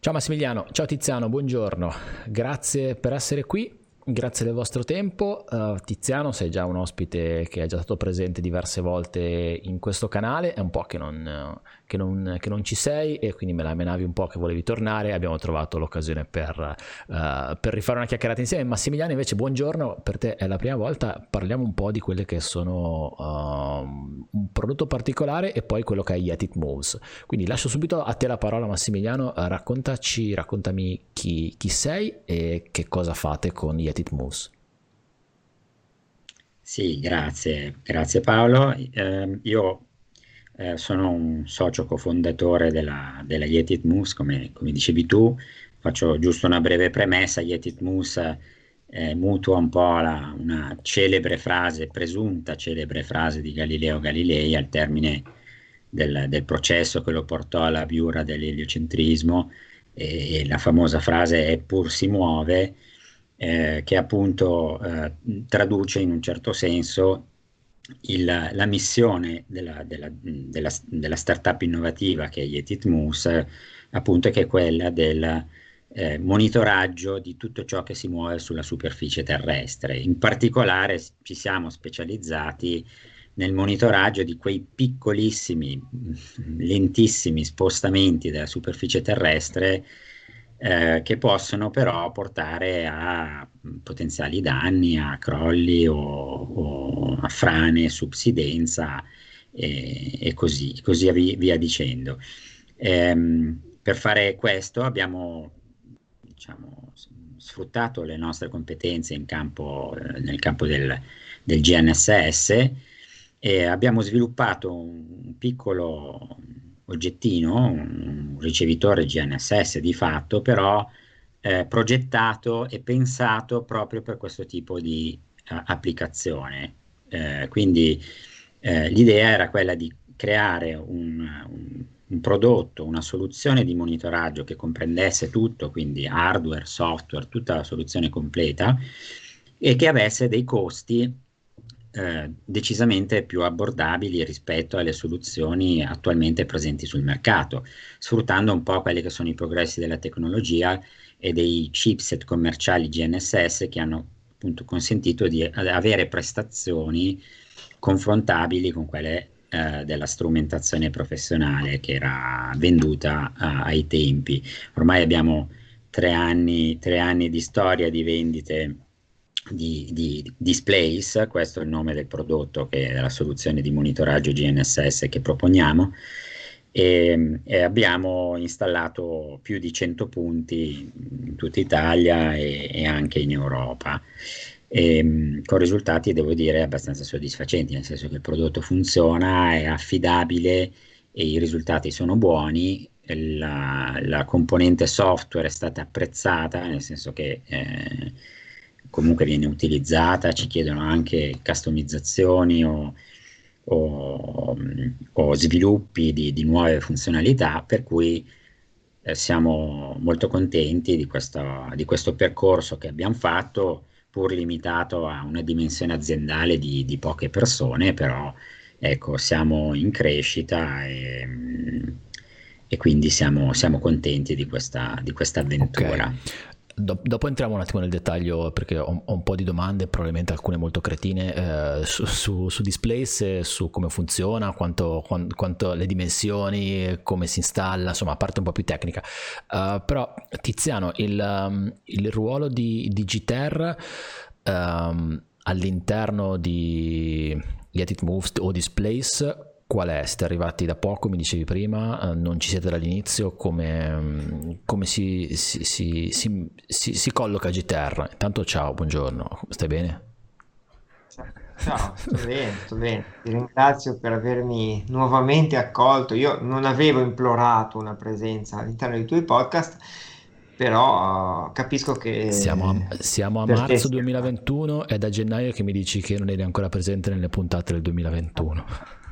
Ciao Massimiliano, ciao Tiziano, buongiorno, grazie per essere qui, grazie del vostro tempo. Tiziano, sei già un ospite che è già stato presente diverse volte in questo canale, è un po' che non ci sei e quindi me la menavi un po' che volevi tornare, abbiamo trovato l'occasione per rifare una chiacchierata insieme. Massimiliano invece, buongiorno, per te è la prima volta, parliamo un po' di quelle che sono un prodotto particolare e poi quello che è Yet It Moves. Quindi lascio subito a te la parola Massimiliano, raccontami chi sei e che cosa fate con Yet It Moves. Sì, grazie Paolo. Io sono un socio cofondatore della Yet It Moves, come dicevi tu. Faccio giusto una breve premessa. Yet It Moves mutua un po' una celebre frase, presunta celebre frase di Galileo Galilei al termine del processo che lo portò alla viura dell'eliocentrismo, e la famosa frase "Eppur si muove", che appunto traduce in un certo senso la missione della startup innovativa che è Yet It Moves, appunto, che è quella del monitoraggio di tutto ciò che si muove sulla superficie terrestre. In particolare ci siamo specializzati nel monitoraggio di quei piccolissimi, lentissimi spostamenti della superficie terrestre, che possono però portare a potenziali danni, a crolli o a frane, subsidenza e così via dicendo. Per fare questo abbiamo, diciamo, sfruttato le nostre competenze nel campo del GNSS, e abbiamo sviluppato un piccolo oggettino, un ricevitore GNSS di fatto, però progettato e pensato proprio per questo tipo di applicazione. Quindi l'idea era quella di creare un prodotto, una soluzione di monitoraggio che comprendesse tutto, quindi hardware, software, tutta la soluzione completa, e che avesse dei costi decisamente più abbordabili rispetto alle soluzioni attualmente presenti sul mercato, sfruttando un po' quelli che sono i progressi della tecnologia e dei chipset commerciali GNSS, che hanno appunto consentito di avere prestazioni confrontabili con quelle della strumentazione professionale che era venduta ai tempi. Ormai abbiamo 3 anni di storia di vendite di Displace. Questo è il nome del prodotto, che è la soluzione di monitoraggio GNSS che proponiamo, e abbiamo installato più di 100 punti in tutta Italia e anche in Europa, con risultati, devo dire, abbastanza soddisfacenti, nel senso che il prodotto funziona, è affidabile e i risultati sono buoni. La componente software è stata apprezzata, nel senso che comunque viene utilizzata. Ci chiedono anche customizzazioni o sviluppi di nuove funzionalità, per cui siamo molto contenti di questo percorso che abbiamo fatto, pur limitato a una dimensione aziendale di poche persone. Però ecco, siamo in crescita, e quindi siamo contenti di questa Ok, avventura. dopo entriamo un attimo nel dettaglio perché ho un po' di domande, probabilmente alcune molto cretine, su Displace, su come funziona, quanto le dimensioni, come si installa, insomma, a parte un po' più tecnica. Però Tiziano, il ruolo di GTR all'interno di Yet It Moves o Displace qual è? Siete arrivati da poco, mi dicevi prima, non ci siete dall'inizio, come si colloca GTR? Intanto ciao, buongiorno, stai bene? Ciao, sto bene, sto bene. Ti ringrazio per avermi nuovamente accolto. Io non avevo implorato una presenza all'interno dei tuoi podcast, però capisco che Siamo a per te marzo sia. 2021 ed è da gennaio che mi dici che non eri ancora presente nelle puntate del 2021.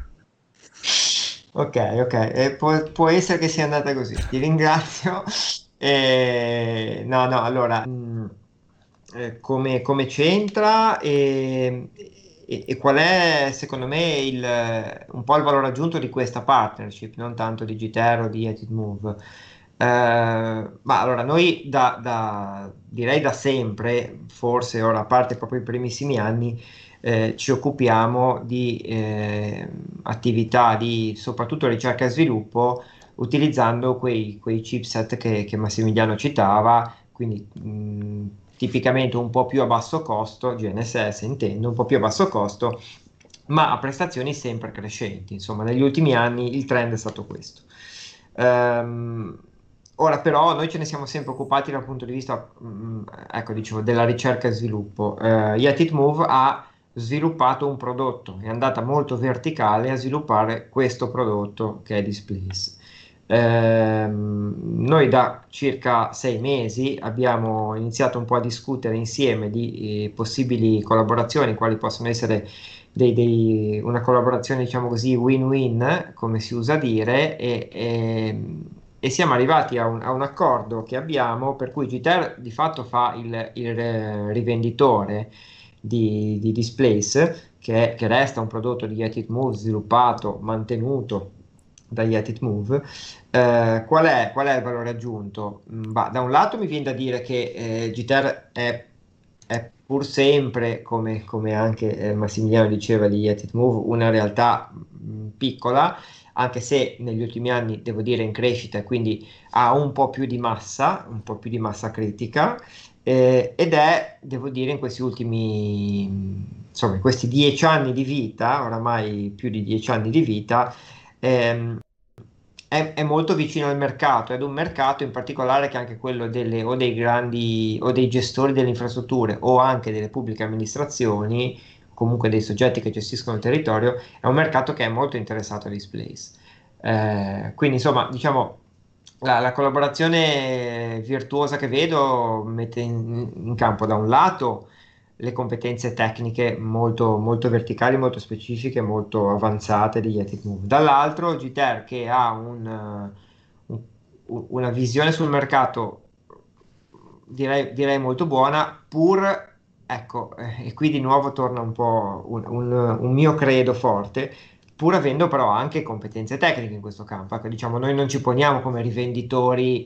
Ok, ok, può essere che sia andata così. Ti ringrazio. No, no, allora, come c'entra e qual è, secondo me, un po' il valore aggiunto di questa partnership, non tanto di Gitero o di Edit Move. Ma allora noi direi da sempre, forse ora a parte proprio i primissimi anni, ci occupiamo di attività di soprattutto ricerca e sviluppo utilizzando quei chipset che Massimiliano citava, quindi tipicamente un po' più a basso costo, GNSS intendo, un po' più a basso costo, ma a prestazioni sempre crescenti. Insomma, negli ultimi anni il trend è stato questo. Ehm, Ora però noi ce ne siamo sempre occupati dal punto di vista, ecco, dicevo, della ricerca e sviluppo. Yet Move ha sviluppato un prodotto, è andata molto verticale a sviluppare questo prodotto che è Displace. Noi da circa 6 mesi abbiamo iniziato un po' a discutere insieme di possibili collaborazioni, quali possono essere una collaborazione, diciamo così, win-win, come si usa dire, e siamo arrivati a un accordo che abbiamo per cui GTR di fatto fa il rivenditore di Displace, che resta un prodotto di Yet It Move sviluppato, mantenuto da Yet It Move. Qual è il valore aggiunto? Da un lato mi viene da dire che GTR è pur sempre, come anche Massimiliano diceva di Yet It Move, una realtà piccola, anche se negli ultimi anni devo dire in crescita e quindi ha un po' più di massa critica, ed è, devo dire, in questi ultimi, insomma, in questi 10 anni di vita, oramai più di 10 anni di vita, ehm, è molto vicino al mercato, ed un mercato in particolare che è anche quello o dei grandi o dei gestori delle infrastrutture o anche delle pubbliche amministrazioni, comunque dei soggetti che gestiscono il territorio, è un mercato che è molto interessato a Displace. Quindi insomma, diciamo, la collaborazione virtuosa che vedo mette in campo da un lato le competenze tecniche molto, molto verticali, molto specifiche, molto avanzate di Yeti Move. Dall'altro GTR che ha una visione sul mercato direi molto buona, pur, ecco, e qui di nuovo torna un po' un mio credo forte, pur avendo però anche competenze tecniche in questo campo. Ecco, diciamo, noi non ci poniamo come rivenditori,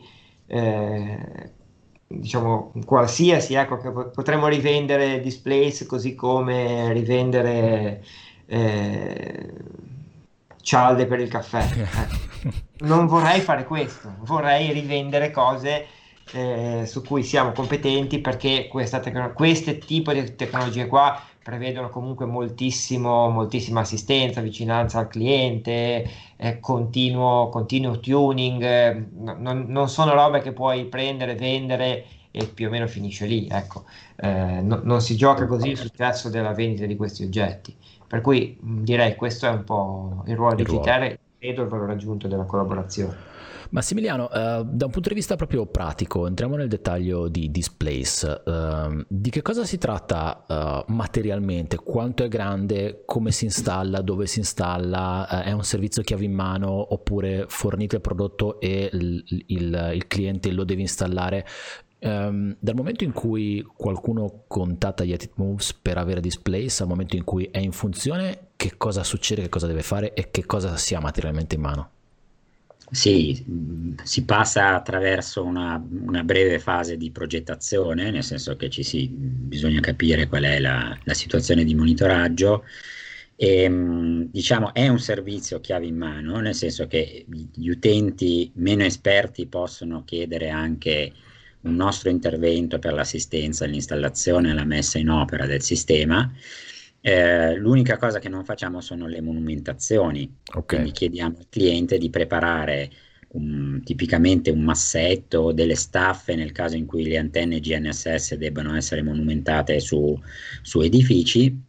diciamo, qualsiasi, ecco, che potremmo rivendere Displace così come rivendere eh, cialde per il caffè. Ecco. Non vorrei fare questo, vorrei rivendere cose su cui siamo competenti perché queste tipo di tecnologie qua prevedono comunque moltissima assistenza, vicinanza al cliente, continuo tuning, non sono robe che puoi prendere, vendere e più o meno finisce lì, ecco. Non si gioca così il successo della vendita di questi oggetti. Per cui direi questo è un po' il ruolo Il ruolo. digitale e credo il valore aggiunto della collaborazione. Massimiliano, da un punto di vista proprio pratico, entriamo nel dettaglio di Displace. Di che cosa si tratta materialmente? Quanto è grande? Come si installa? Dove si installa? È un servizio chiave in mano oppure fornite il prodotto e il cliente lo deve installare? Dal momento in cui qualcuno contatta Yet It Moves per avere Displace al momento in cui è in funzione, che cosa succede, che cosa deve fare e che cosa si ha materialmente in mano? Sì, si passa attraverso una breve fase di progettazione, nel senso che bisogna capire qual è la situazione di monitoraggio e diciamo è un servizio chiave in mano, nel senso che gli utenti meno esperti possono chiedere anche un nostro intervento per l'assistenza all'installazione e alla messa in opera del sistema. L'unica cosa che non facciamo sono le monumentazioni, quindi Ok. chiediamo al cliente di preparare tipicamente un massetto o delle staffe nel caso in cui le antenne GNSS debbano essere monumentate su edifici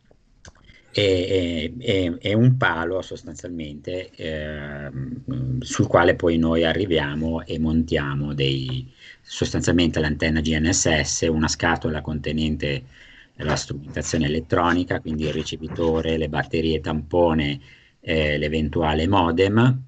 e un palo sostanzialmente sul quale poi noi arriviamo e montiamo sostanzialmente l'antenna GNSS, una scatola contenente la strumentazione elettronica, quindi il ricevitore, le batterie tampone, l'eventuale modem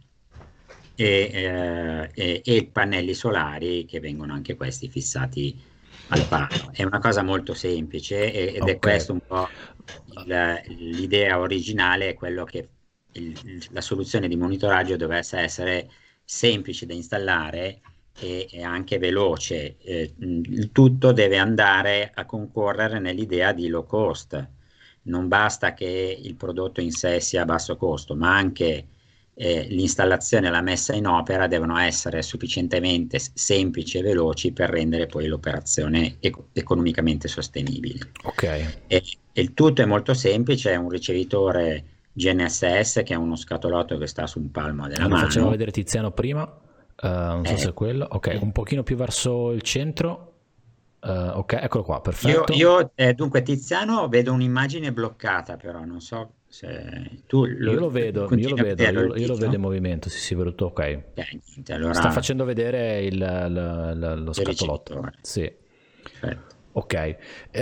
e pannelli solari che vengono anche questi fissati al palo. È una cosa molto semplice ed è Ok. questo un po' l'idea originale, è quello che la soluzione di monitoraggio dovesse essere semplice da installare e anche veloce. Il tutto deve andare a concorrere nell'idea di low cost. Non basta che il prodotto in sé sia a basso costo, ma anche l'installazione e la messa in opera devono essere sufficientemente semplici e veloci per rendere poi l'operazione economicamente sostenibile. Ok. E il tutto è molto semplice, è un ricevitore GNSS che è uno scatolotto che sta su un palmo della Lo faceva mano. vedere Tiziano prima, non so se è quello. Ok, un pochino più verso il centro. Ok, eccolo qua, perfetto. Dunque Tiziano vedo un'immagine bloccata, però non so se tu Io lo vedo, continui a vederlo il io lo vedo video? in movimento, sì, vedo tutto, ok. Niente, allora Sta facendo vedere lo il scatolotto. ricevitore. Sì. Perfetto. Ok.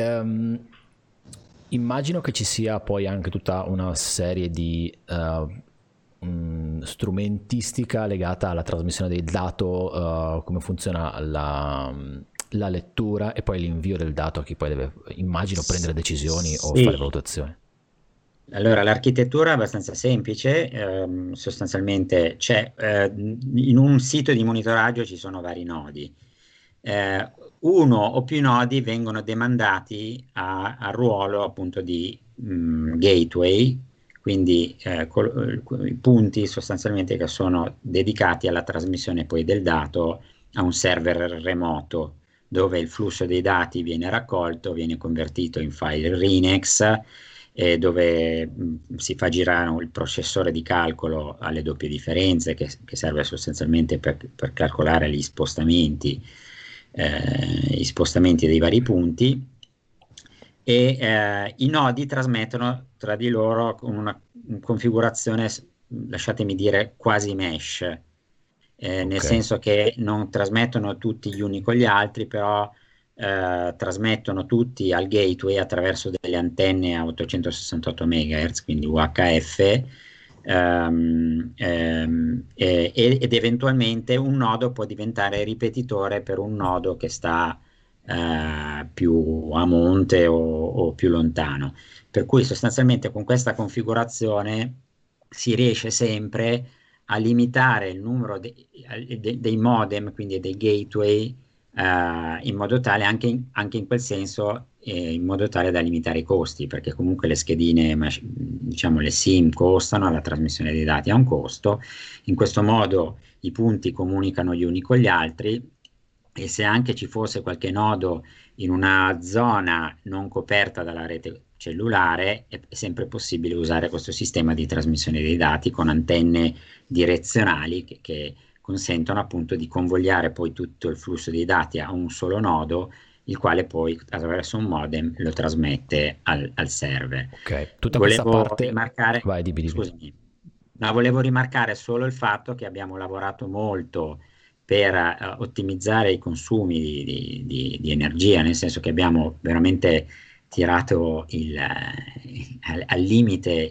Immagino che ci sia poi anche tutta una serie di strumentistica legata alla trasmissione del dato, come funziona la lettura e poi l'invio del dato a chi poi deve, immagino, prendere decisioni o Sì. fare valutazioni. Allora, l'architettura è abbastanza semplice, sostanzialmente in un sito di monitoraggio ci sono vari nodi. Uno o più nodi vengono demandati al ruolo appunto di gateway, quindi i punti sostanzialmente che sono dedicati alla trasmissione poi del dato a un server remoto, dove il flusso dei dati viene raccolto, viene convertito in file RINEX, dove si fa girare il processore di calcolo alle doppie differenze, che serve sostanzialmente per calcolare gli spostamenti dei vari punti, e i nodi trasmettono tra di loro con una configurazione, lasciatemi dire, quasi mesh, nel senso che non trasmettono tutti gli uni con gli altri, però trasmettono tutti al gateway attraverso delle antenne a 868 MHz, quindi UHF, ed eventualmente un nodo può diventare ripetitore per un nodo che sta più a monte o più lontano. Per cui sostanzialmente con questa configurazione si riesce sempre a limitare il numero dei modem, quindi dei gateway, in modo tale, anche in quel senso, in modo tale da limitare i costi, perché comunque le schedine, diciamo le SIM costano, la trasmissione dei dati ha un costo. In questo modo i punti comunicano gli uni con gli altri, e se anche ci fosse qualche nodo in una zona non coperta dalla rete cellulare, è sempre possibile usare questo sistema di trasmissione dei dati con antenne direzionali che consentono appunto di convogliare poi tutto il flusso dei dati a un solo nodo, il quale poi attraverso un modem lo trasmette al server. Ok, tutta questa Volevo parte... rimarcare, Vai, dimmi. scusami, no, volevo rimarcare solo il fatto che abbiamo lavorato molto per ottimizzare i consumi di energia, nel senso che abbiamo veramente tirato al limite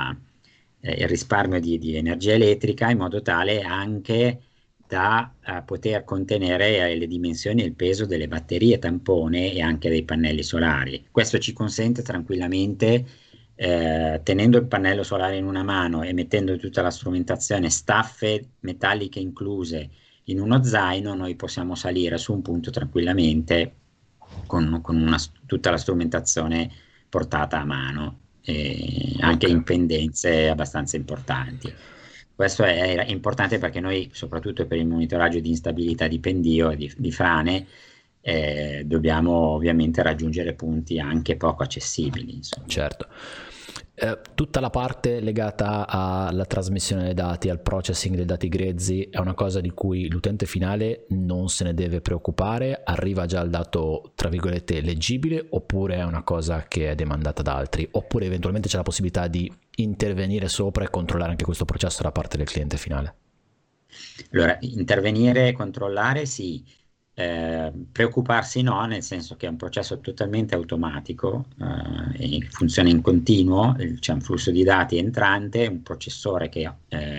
il risparmio di energia elettrica, in modo tale anche da poter contenere le dimensioni e il peso delle batterie tampone e anche dei pannelli solari. Questo ci consente tranquillamente, tenendo il pannello solare in una mano e mettendo tutta la strumentazione, staffe metalliche incluse, in uno zaino, noi possiamo salire su un punto tranquillamente con tutta la strumentazione portata a mano, anche in pendenze abbastanza importanti. Questo è importante perché noi, soprattutto per il monitoraggio di instabilità di pendio, di frane, dobbiamo ovviamente raggiungere punti anche poco accessibili, insomma. Certo. Tutta la parte legata alla trasmissione dei dati, al processing dei dati grezzi, è una cosa di cui l'utente finale non se ne deve preoccupare? Arriva già il dato, tra virgolette, leggibile, oppure è una cosa che è demandata da altri? Oppure eventualmente c'è la possibilità di intervenire sopra e controllare anche questo processo da parte del cliente finale? Allora, intervenire e controllare sì, preoccuparsi no, nel senso che è un processo totalmente automatico, e funziona in continuo, c'è un flusso di dati entrante, un processore che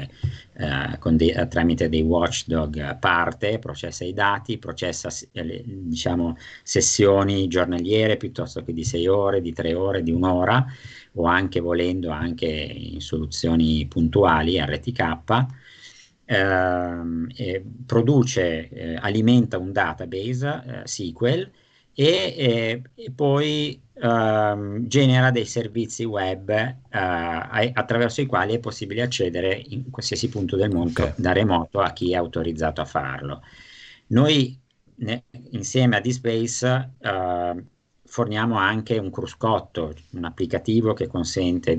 tramite dei watchdog parte, processa i dati, processa diciamo, sessioni giornaliere piuttosto che di 6 ore, di 3 ore, di un'ora, o anche volendo anche in soluzioni puntuali RTK. produce, alimenta un database SQL e poi genera dei servizi web attraverso i quali è possibile accedere in qualsiasi punto del mondo Ok. da remoto a chi è autorizzato a farlo. Noi insieme a DSpace forniamo anche un cruscotto, un applicativo che consente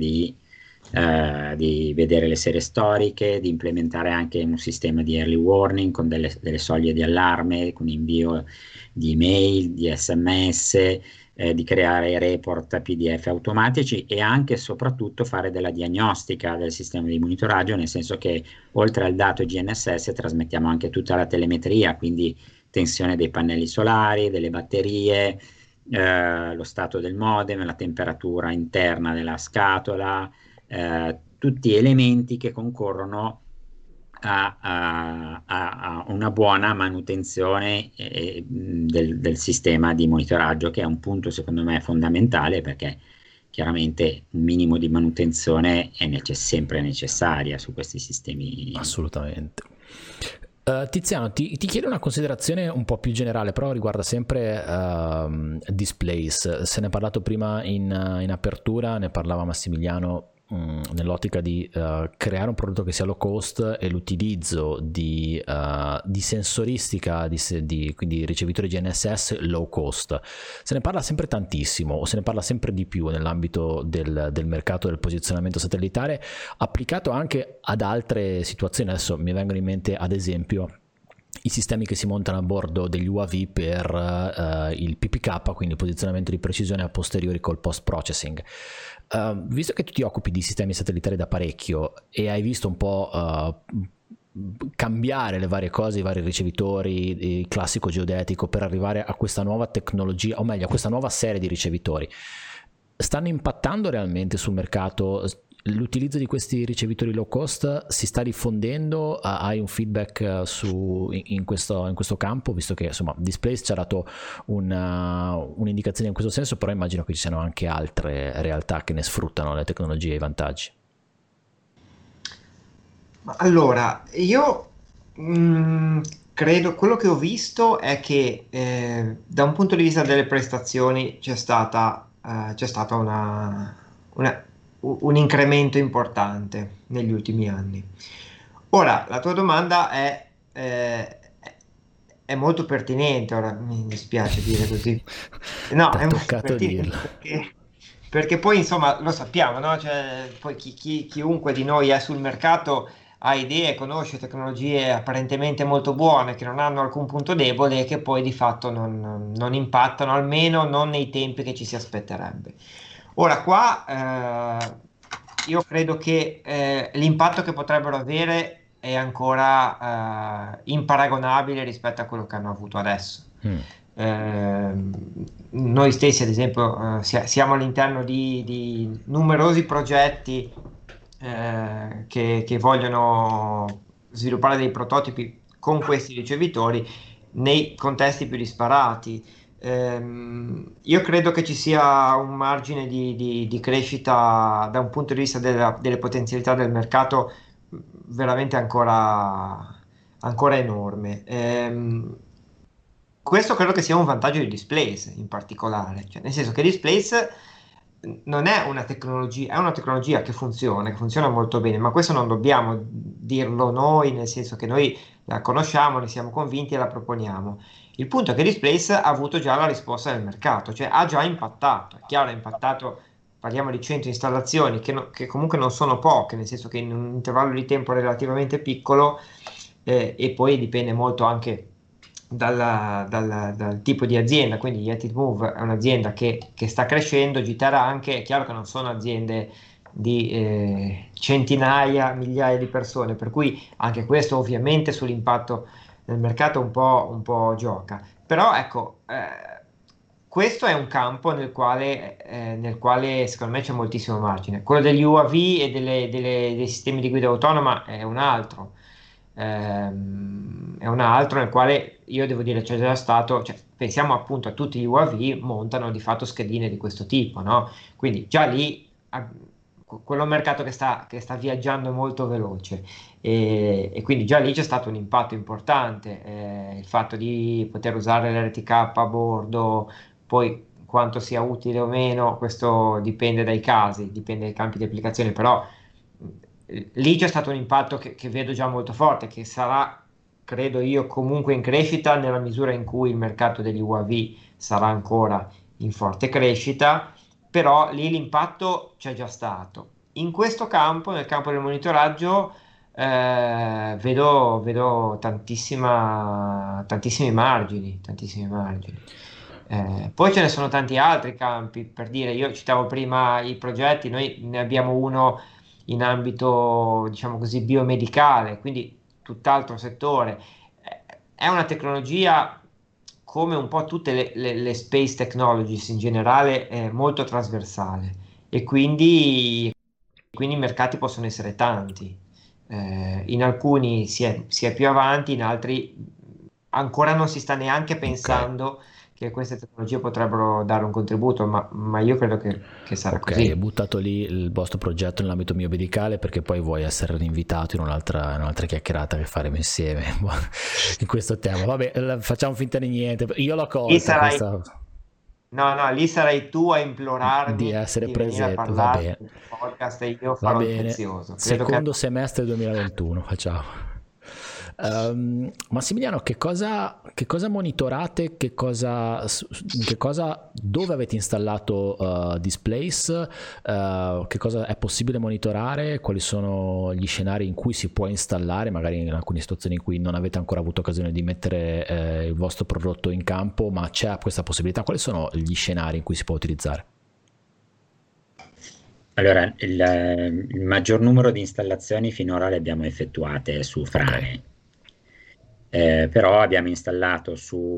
di vedere le serie storiche, di implementare anche un sistema di early warning con delle soglie di allarme, con invio di email, di SMS, di creare report PDF automatici e anche e soprattutto fare della diagnostica del sistema di monitoraggio, nel senso che oltre al dato GNSS trasmettiamo anche tutta la telemetria, quindi tensione dei pannelli solari, delle batterie, lo stato del modem, la temperatura interna della scatola, tutti elementi che concorrono a una buona manutenzione del sistema di monitoraggio, che è un punto secondo me fondamentale, perché chiaramente un minimo di manutenzione è sempre necessaria su questi sistemi. Assolutamente. Tiziano, ti chiedo una considerazione un po' più generale, però riguarda sempre Displace. Se ne è parlato prima in apertura, ne parlava Massimiliano, nell'ottica di creare un prodotto che sia low cost e l'utilizzo di sensoristica, quindi ricevitori GNSS low cost. Se ne parla sempre tantissimo, o se ne parla sempre di più nell'ambito del mercato del posizionamento satellitare, applicato anche ad altre situazioni. Adesso mi vengono in mente ad esempio i sistemi che si montano a bordo degli UAV per il PPK, quindi il posizionamento di precisione a posteriori col post processing. Visto che tu ti occupi di sistemi satellitari da parecchio e hai visto un po' cambiare le varie cose, i vari ricevitori, il classico geodetico, per arrivare a questa nuova tecnologia, o meglio a questa nuova serie di ricevitori, stanno impattando realmente sul mercato? L'utilizzo di questi ricevitori low cost si sta diffondendo? Hai un feedback in questo campo, visto che insomma Displace ci ha dato un'indicazione in questo senso, però immagino che ci siano anche altre realtà che ne sfruttano le tecnologie e i vantaggi. Allora, io credo, quello che ho visto è che da un punto di vista delle prestazioni c'è stata un incremento importante negli ultimi anni. Ora, la tua domanda è molto pertinente, ora mi dispiace dire così. No, T'ha è molto toccato pertinente dirlo. perché poi insomma lo sappiamo, no? Cioè, poi chiunque di noi è sul mercato ha idee, conosce tecnologie apparentemente molto buone che non hanno alcun punto debole e che poi di fatto non impattano, almeno non nei tempi che ci si aspetterebbe. Ora qua io credo che l'impatto che potrebbero avere è ancora imparagonabile rispetto a quello che hanno avuto adesso. Mm. Noi stessi, ad esempio, siamo all'interno di numerosi progetti che vogliono sviluppare dei prototipi con questi ricevitori nei contesti più disparati. Io credo che ci sia un margine di crescita da un punto di vista delle potenzialità del mercato veramente ancora enorme. Questo credo che sia un vantaggio di Displace in particolare, cioè, nel senso che Displace non è una tecnologia che funziona molto bene, ma questo non dobbiamo dirlo noi, nel senso che noi la conosciamo, ne siamo convinti e la proponiamo. Il punto è che Displace ha avuto già la risposta del mercato, cioè ha già impattato, è chiaro, ha impattato, parliamo di 100 installazioni che comunque non sono poche, nel senso che in un intervallo di tempo relativamente piccolo e poi dipende molto anche dal tipo di azienda, quindi Yeti Move è un'azienda che sta crescendo, Gitara anche, è chiaro che non sono aziende di centinaia, migliaia di persone, per cui anche questo ovviamente sull'impatto nel mercato un po' gioca. Però ecco, questo è un campo nel quale secondo me c'è moltissimo margine. Quello degli UAV e dei sistemi di guida autonoma è un altro. È un altro nel quale io devo dire c'è già stato, cioè, pensiamo appunto a tutti gli UAV montano di fatto schedine di questo tipo, no? Quindi già lì quello è un mercato che sta viaggiando molto veloce e quindi già lì c'è stato un impatto importante, il fatto di poter usare l'RTK a bordo, poi quanto sia utile o meno, questo dipende dai casi, dipende dai campi di applicazione, però lì c'è stato un impatto che vedo già molto forte, che sarà, credo io, comunque in crescita nella misura in cui il mercato degli UAV sarà ancora in forte crescita, però lì l'impatto c'è già stato. In questo campo, nel campo del monitoraggio, vedo tantissimi margini, tantissimi margini. Poi ce ne sono tanti altri campi, per dire, io citavo prima i progetti, noi ne abbiamo uno in ambito, diciamo così, biomedicale, quindi tutt'altro settore. È una tecnologia, come un po' tutte le space technologies in generale, molto trasversale e quindi i mercati possono essere tanti. In alcuni si è più avanti, in altri ancora non si sta neanche pensando che queste tecnologie potrebbero dare un contributo, ma io credo che sarà Ok, così. hai buttato lì il vostro progetto nell'ambito biomedicale perché poi vuoi essere rinvitato in un'altra chiacchierata che faremo insieme in questo tema. Vabbè, facciamo finta di niente. Io l'ho Lì colta sarai, questa no, lì sarai tu a di implorarmi essere di venire a presente. Va parlare bene, del podcast e io va farò il bene. prezioso. Credo che Secondo semestre 2021 facciamo. Massimiliano, che cosa monitorate, dove avete installato Displace, che cosa è possibile monitorare, quali sono gli scenari in cui si può installare, magari in alcune situazioni in cui non avete ancora avuto occasione di mettere il vostro prodotto in campo, ma c'è questa possibilità, quali sono gli scenari in cui si può utilizzare? Allora, il maggior numero di installazioni finora le abbiamo effettuate su Ok, Frane. Però abbiamo installato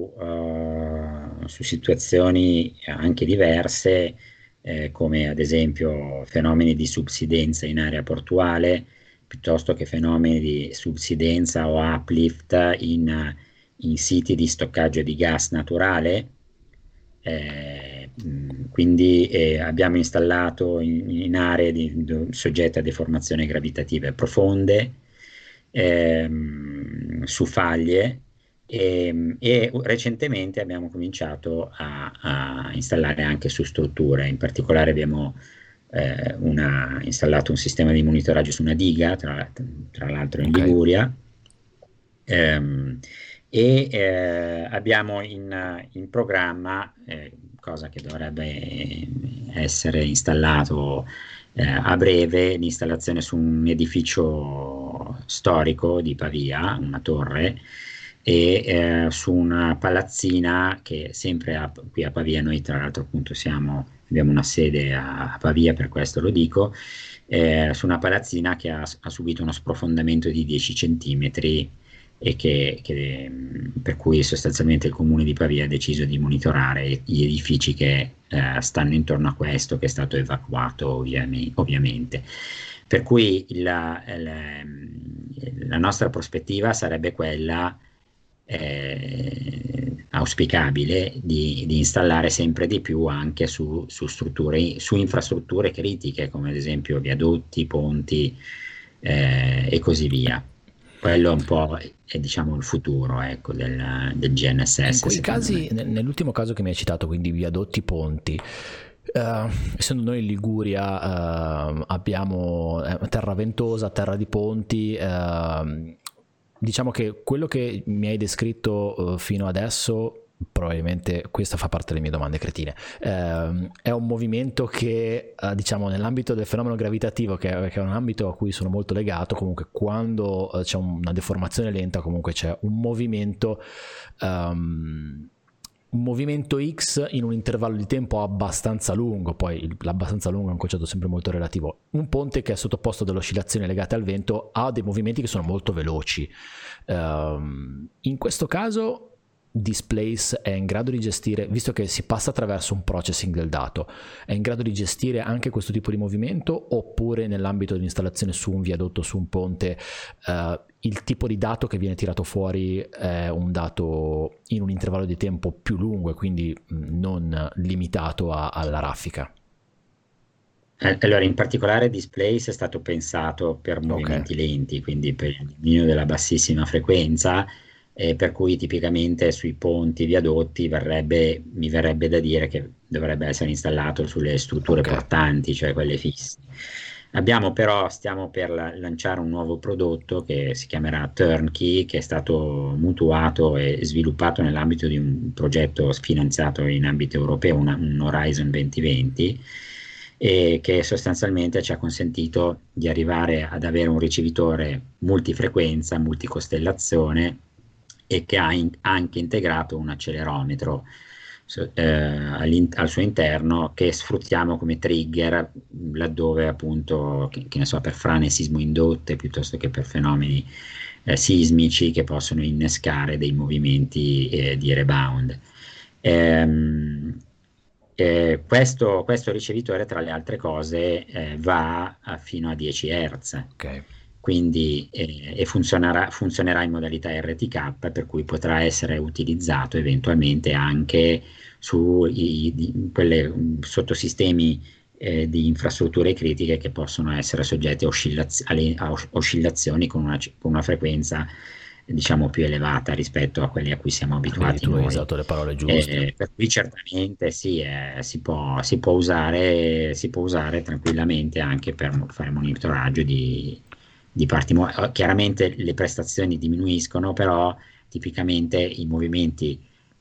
su situazioni anche diverse, come ad esempio fenomeni di subsidenza in area portuale, piuttosto che fenomeni di subsidenza o uplift in siti di stoccaggio di gas naturale. Quindi abbiamo installato in aree soggette a deformazioni gravitative profonde, su faglie e recentemente abbiamo cominciato a installare anche su strutture. In particolare abbiamo installato un sistema di monitoraggio su una diga, tra l'altro in ok. Liguria. Ehm, Abbiamo in programma, cosa che dovrebbe essere installato a breve, l'installazione su un edificio storico di Pavia, una torre, e su una palazzina che sempre qui a Pavia, noi tra l'altro appunto abbiamo una sede a Pavia, per questo lo dico, su una palazzina che ha subito uno sprofondamento di 10 centimetri e per cui sostanzialmente il comune di Pavia ha deciso di monitorare gli edifici che stanno intorno a questo, che è stato evacuato ovviamente. Per cui la nostra prospettiva sarebbe quella auspicabile di installare sempre di più anche su strutture, su infrastrutture critiche, come ad esempio viadotti, ponti e così via. Quello è un po' diciamo il futuro, ecco, del In GNSS, quei secondo me. casi, nell'ultimo caso che mi hai citato, quindi viadotti, ponti, essendo noi in Liguria, abbiamo terra ventosa, terra di ponti, diciamo che quello che mi hai descritto fino adesso, probabilmente questa fa parte delle mie domande cretine, è un movimento che diciamo nell'ambito del fenomeno gravitativo, che è un ambito a cui sono molto legato, comunque quando c'è una deformazione lenta comunque c'è un movimento X in un intervallo di tempo abbastanza lungo. Poi l'abbastanza lungo è un concetto sempre molto relativo. Un ponte che è sottoposto dalle oscillazioni legate al vento ha dei movimenti che sono molto veloci. In questo caso Displace è in grado di gestire, visto che si passa attraverso un processing del dato, è in grado di gestire anche questo tipo di movimento, oppure nell'ambito dell'installazione su un viadotto, su un ponte, il tipo di dato che viene tirato fuori è un dato in un intervallo di tempo più lungo e quindi non limitato alla raffica? Allora, in particolare Displace è stato pensato per Ok, movimenti lenti, quindi per il dominio della bassissima frequenza, per cui tipicamente sui ponti, viadotti mi verrebbe da dire che dovrebbe essere installato sulle strutture ok, portanti, cioè quelle fisse. Stiamo per lanciare un nuovo prodotto che si chiamerà Turnkey, che è stato mutuato e sviluppato nell'ambito di un progetto finanziato in ambito europeo, un Horizon 2020, e che sostanzialmente ci ha consentito di arrivare ad avere un ricevitore multifrequenza, multicostellazione, e che ha anche integrato un accelerometro al suo interno, che sfruttiamo come trigger laddove appunto, che ne so, per frane sismo indotte piuttosto che per fenomeni sismici che possono innescare dei movimenti di rebound. Ehm, questo ricevitore, tra le altre cose, va fino a 10 Hz, ok. quindi e funzionerà in modalità RTK, per cui potrà essere utilizzato eventualmente anche su quelle sottosistemi di infrastrutture critiche che possono essere soggetti a oscillazioni con una frequenza, diciamo, più elevata rispetto a quelli a cui siamo Vedi, abituati tu hai noi. usato le parole giuste. Per cui certamente sì, si può usare tranquillamente anche per fare monitoraggio di parti. Chiaramente le prestazioni diminuiscono, però tipicamente i movimenti,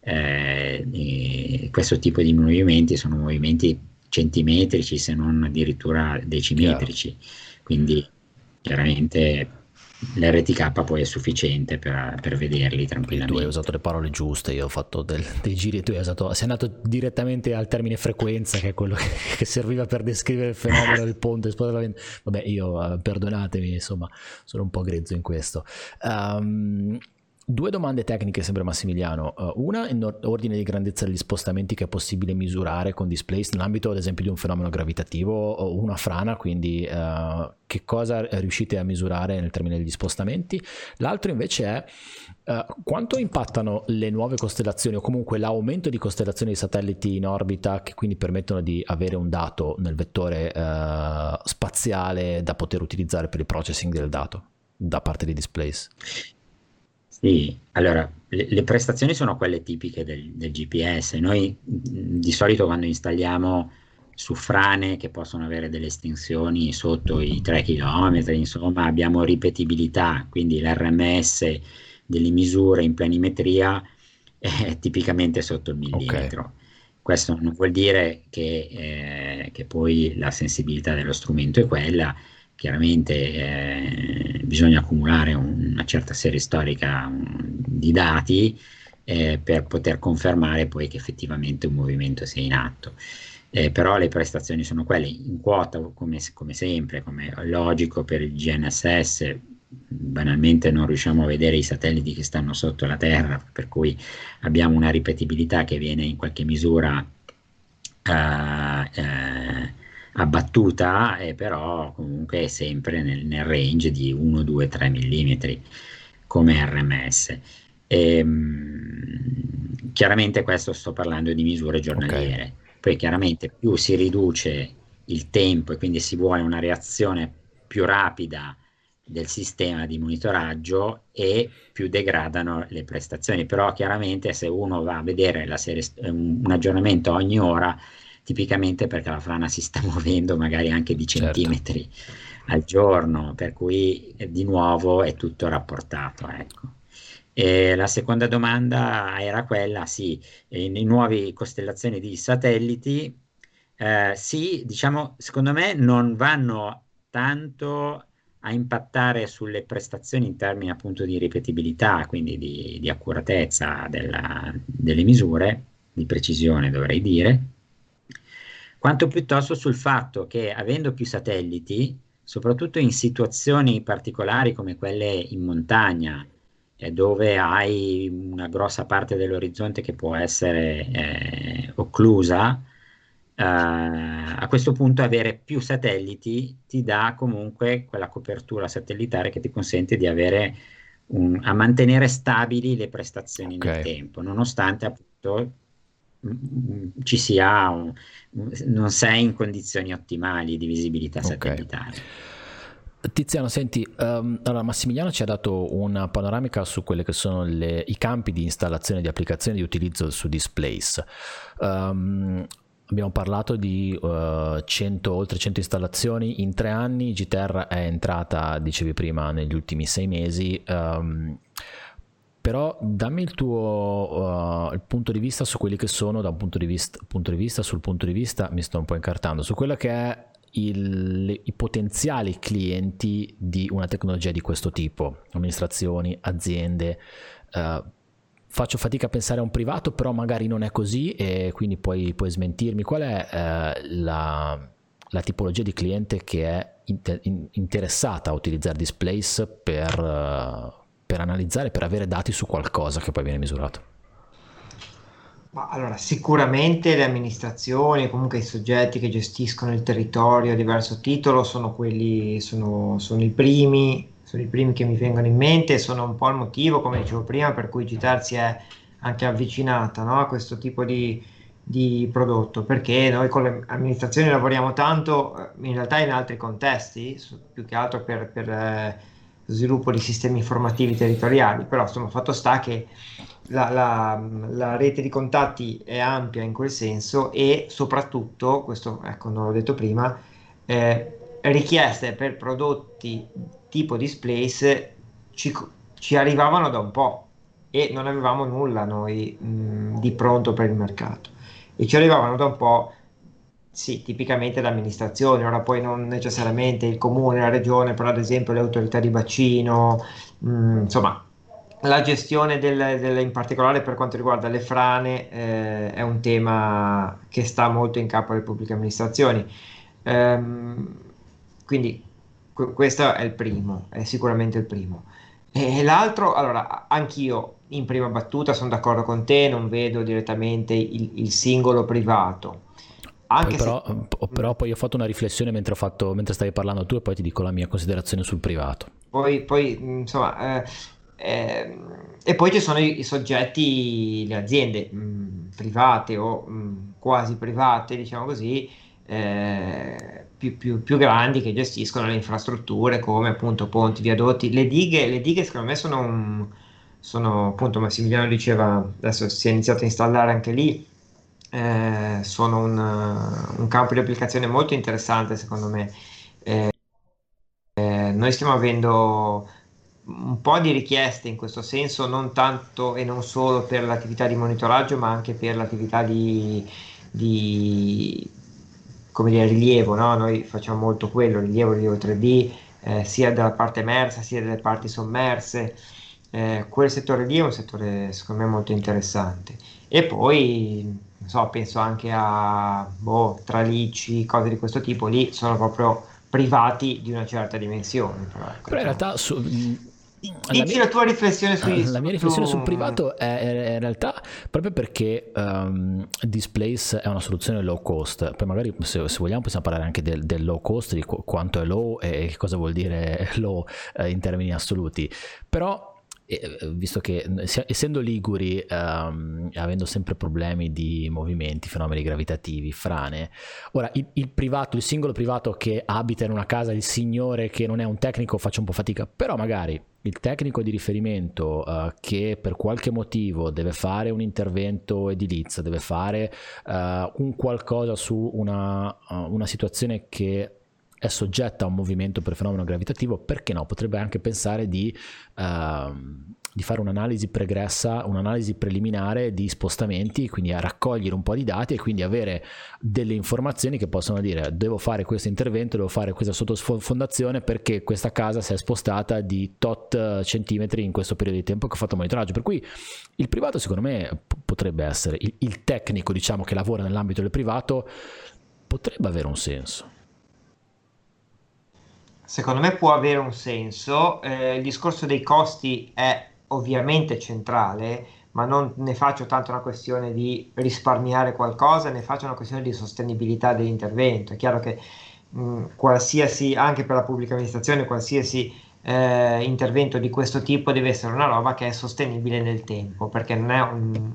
questo tipo di movimenti sono movimenti centimetrici, se non addirittura Chiaro. decimetrici, quindi chiaramente l'RTK poi è sufficiente per vederli Vedi, tu hai tranquillamente. usato le parole giuste, io ho fatto dei giri e tu sei andato direttamente al termine frequenza, che è quello che serviva per descrivere il fenomeno del ponte esplosivamente. Vabbè, io perdonatemi, insomma, sono un po' grezzo in questo. Um, Due domande tecniche sempre, Massimiliano. Una in ordine di grandezza degli spostamenti che è possibile misurare con Displace nell'ambito ad esempio di un fenomeno gravitativo o una frana, quindi che cosa riuscite a misurare nel termine degli spostamenti. L'altro invece è quanto impattano le nuove costellazioni o comunque l'aumento di costellazioni di satelliti in orbita, che quindi permettono di avere un dato nel vettore spaziale da poter utilizzare per il processing del dato da parte di Displace. Sì, allora le prestazioni sono quelle tipiche del GPS. Noi di solito quando installiamo su frane che possono avere delle estensioni sotto i 3 km, insomma, abbiamo ripetibilità, quindi l'RMS delle misure in planimetria è tipicamente sotto il Ok, millimetro. Questo non vuol dire che poi la sensibilità dello strumento è quella. Chiaramente bisogna accumulare una certa serie storica di dati per poter confermare poi che effettivamente un movimento sia in atto. Però le prestazioni sono quelle in quota, come sempre, come è logico per il GNSS. Banalmente non riusciamo a vedere i satelliti che stanno sotto la Terra, per cui abbiamo una ripetibilità che viene in qualche misura abbattuta, però comunque è sempre nel range di 1, 2, 3 mm come RMS. Chiaramente questo, sto parlando di misure ok, giornaliere. Poi chiaramente più si riduce il tempo e quindi si vuole una reazione più rapida del sistema di monitoraggio, e più degradano le prestazioni. Però chiaramente se uno va a vedere un aggiornamento ogni ora, tipicamente perché la frana si sta muovendo magari anche di certo. centimetri al giorno, per cui di nuovo è tutto rapportato, ecco. E la seconda domanda era quella, sì, nei nuovi costellazioni di satelliti, sì, diciamo, secondo me non vanno tanto a impattare sulle prestazioni in termini appunto di ripetibilità, quindi di accuratezza delle misure, di precisione dovrei dire, quanto piuttosto sul fatto che avendo più satelliti, soprattutto in situazioni particolari come quelle in montagna, dove hai una grossa parte dell'orizzonte che può essere occlusa, a questo punto avere più satelliti ti dà comunque quella copertura satellitare che ti consente di a mantenere stabili le prestazioni Ok, nel tempo, nonostante appunto ci si ha non sei in condizioni ottimali di visibilità satellitare. Tiziano, senti, allora Massimiliano ci ha dato una panoramica su quelle che sono i campi di installazione di applicazioni di utilizzo su Displace. Abbiamo parlato di oltre 100 installazioni in 3 anni. GTR è entrata, dicevi prima, negli ultimi 6 mesi. Però dammi il tuo il punto di vista su quelli che sono, da un punto di vista, mi sto un po' incartando, su quello che è i potenziali clienti di una tecnologia di questo tipo, amministrazioni, aziende. Faccio fatica a pensare a un privato, però magari non è così, e quindi puoi smentirmi. Qual è la tipologia di cliente che è interessata a utilizzare Displace per analizzare, per avere dati su qualcosa che poi viene misurato? Ma allora, sicuramente le amministrazioni, comunque i soggetti che gestiscono il territorio a diverso titolo sono quelli, sono i primi che mi vengono in mente, e sono un po' il motivo, come dicevo prima, per cui Gitar si è anche avvicinata, no, a questo tipo di prodotto, perché noi con le amministrazioni lavoriamo tanto, in realtà in altri contesti, più che altro per sviluppo di sistemi informativi territoriali, però insomma fatto sta che la rete di contatti è ampia in quel senso, e soprattutto, questo ecco non l'ho detto prima, richieste per prodotti tipo Displace ci arrivavano da un po', e non avevamo nulla noi di pronto per il mercato, e ci arrivavano da un po'. Sì, tipicamente le amministrazioni, ora poi non necessariamente il comune, la regione, però ad esempio le autorità di bacino, insomma, la gestione in particolare per quanto riguarda le frane, è un tema che sta molto in capo alle pubbliche amministrazioni. Ehm, quindi questo è il primo, è sicuramente il primo. E l'altro, allora, anch'io in prima battuta sono d'accordo con te, non vedo direttamente il singolo privato. Poi Anche se però poi ho fatto una riflessione mentre stavi parlando tu, e poi ti dico la mia considerazione sul privato. poi, insomma, e poi ci sono i soggetti, le aziende private o quasi private, diciamo così, più grandi, che gestiscono le infrastrutture come appunto ponti, viadotti. Le dighe secondo me sono appunto, Massimiliano diceva, adesso si è iniziato a installare anche lì, sono un campo di applicazione molto interessante secondo me. Noi stiamo avendo un po' di richieste in questo senso, non tanto e non solo per l'attività di monitoraggio, ma anche per l'attività di, come dire, rilievo, no? Noi facciamo molto quello, rilievo 3D, sia della parte emersa sia delle parti sommerse. Quel settore lì è un settore secondo me molto interessante. E poi, non so, penso anche a tralicci, cose di questo tipo, lì sono proprio privati di una certa dimensione. Però, ecco, Però in diciamo. realtà Dici la tua riflessione la mia riflessione sul privato è in realtà proprio perché Displace è una soluzione low cost. Poi magari se vogliamo possiamo parlare anche del low cost, di quanto è low e che cosa vuol dire low in termini assoluti. Però visto che essendo liguri, avendo sempre problemi di movimenti, fenomeni gravitativi, frane, ora il singolo privato che abita in una casa, il signore che non è un tecnico, faccia un po' fatica, però magari il tecnico di riferimento che per qualche motivo deve fare un intervento edilizio, deve fare un qualcosa su una situazione che è soggetta a un movimento per fenomeno gravitativo, perché no? Potrebbe anche pensare di fare un'analisi pregressa, un'analisi preliminare di spostamenti, quindi a raccogliere un po' di dati e quindi avere delle informazioni che possono dire: devo fare questo intervento, devo fare questa sottofondazione perché questa casa si è spostata di tot centimetri in questo periodo di tempo che ho fatto monitoraggio. Per cui il privato secondo me potrebbe essere, il tecnico diciamo che lavora nell'ambito del privato potrebbe avere un senso. Secondo me può avere un senso. Il discorso dei costi è ovviamente centrale, ma non ne faccio tanto una questione di risparmiare qualcosa, ne faccio una questione di sostenibilità dell'intervento. È chiaro che qualsiasi, anche per la pubblica amministrazione, qualsiasi intervento di questo tipo deve essere una roba che è sostenibile nel tempo, perché non è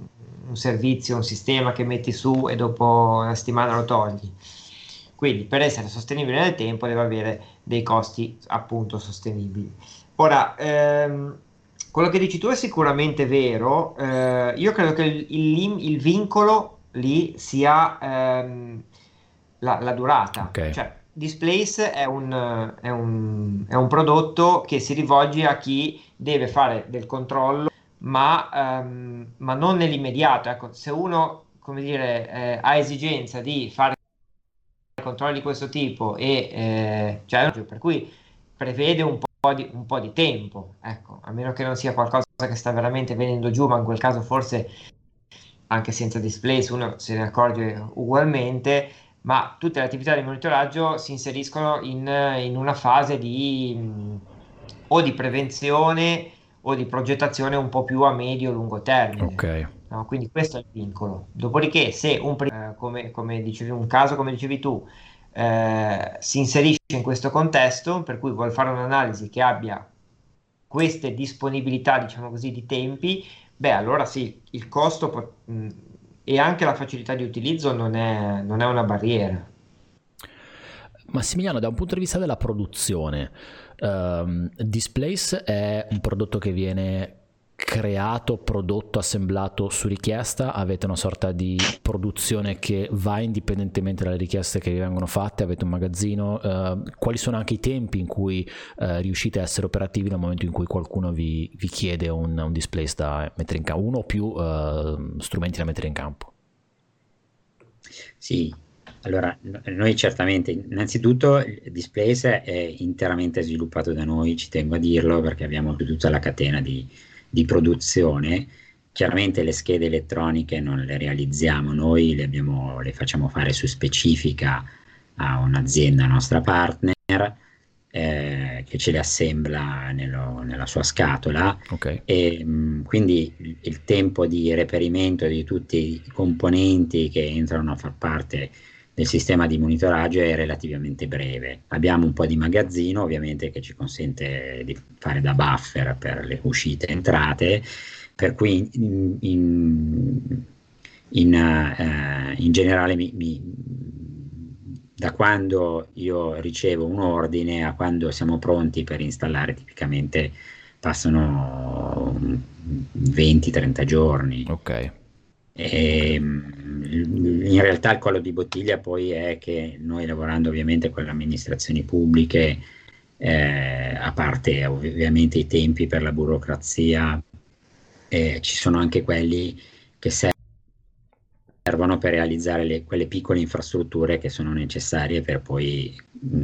un servizio, un sistema che metti su e dopo una settimana lo togli. Quindi per essere sostenibile nel tempo deve avere dei costi appunto sostenibili. Ora, quello che dici tu è sicuramente vero. Io credo che il vincolo lì sia la durata. Ok, Cioè, Displace è un prodotto che si rivolge a chi deve fare del controllo, ma non nell'immediato. Ecco, se uno, come dire, ha esigenza di fare controlli di questo tipo cioè, per cui prevede un po' di tempo, ecco, a meno che non sia qualcosa che sta veramente venendo giù, ma in quel caso forse anche senza displays uno se ne accorge ugualmente, ma tutte le attività di monitoraggio si inseriscono in una fase o di prevenzione o di progettazione un po' più a medio-lungo termine. ok. No? Quindi questo è il vincolo. Dopodiché, se come dicevi, un caso come dicevi tu, si inserisce in questo contesto, per cui vuol fare un'analisi che abbia queste disponibilità, diciamo così, di tempi, beh, allora sì, il costo e anche la facilità di utilizzo non è una barriera. Massimiliano, da un punto di vista della produzione, Displace è un prodotto che viene creato, prodotto, assemblato su richiesta? Avete una sorta di produzione che va indipendentemente dalle richieste che vi vengono fatte? Avete un magazzino? Quali sono anche i tempi in cui riuscite a essere operativi nel momento in cui qualcuno vi chiede un Displace da mettere in campo, uno o più strumenti da mettere in campo? Sì, allora noi certamente, innanzitutto il Displace è interamente sviluppato da noi, ci tengo a dirlo perché abbiamo tutta la catena di produzione. Chiaramente le schede elettroniche non le realizziamo noi, le facciamo fare su specifica a un'azienda nostra partner che ce le assembla nella sua scatola. Ok. E quindi il tempo di reperimento di tutti i componenti che entrano a far parte del sistema di monitoraggio è relativamente breve. Abbiamo un po' di magazzino ovviamente che ci consente di fare da buffer per le uscite e entrate, per cui in generale da quando io ricevo un ordine a quando siamo pronti per installare tipicamente passano 20-30 giorni. Ok. In realtà il collo di bottiglia poi è che noi, lavorando ovviamente con le amministrazioni pubbliche, a parte ovviamente i tempi per la burocrazia, ci sono anche quelli che servono per realizzare quelle piccole infrastrutture che sono necessarie per poi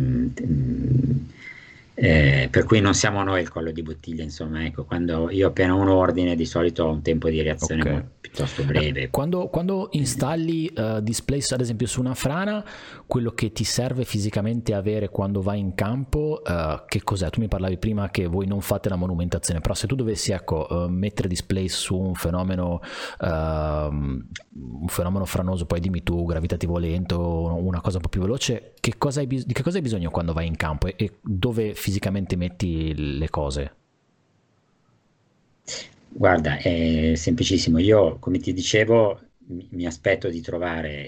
per cui non siamo noi il collo di bottiglia, insomma, ecco, quando io appena un ordine di solito ho un tempo di reazione piuttosto breve. Quando installi Displace ad esempio su una frana, quello che ti serve fisicamente avere quando vai in campo, che cos'è? Tu mi parlavi prima che voi non fate la monumentazione, però se tu dovessi mettere Displace su un fenomeno franoso, poi dimmi tu, gravitativo lento, una cosa un po' più veloce, di che cosa hai bisogno quando vai in campo e dove fisicamente metti le cose? Guarda, è semplicissimo. Io, come ti dicevo, mi aspetto di trovare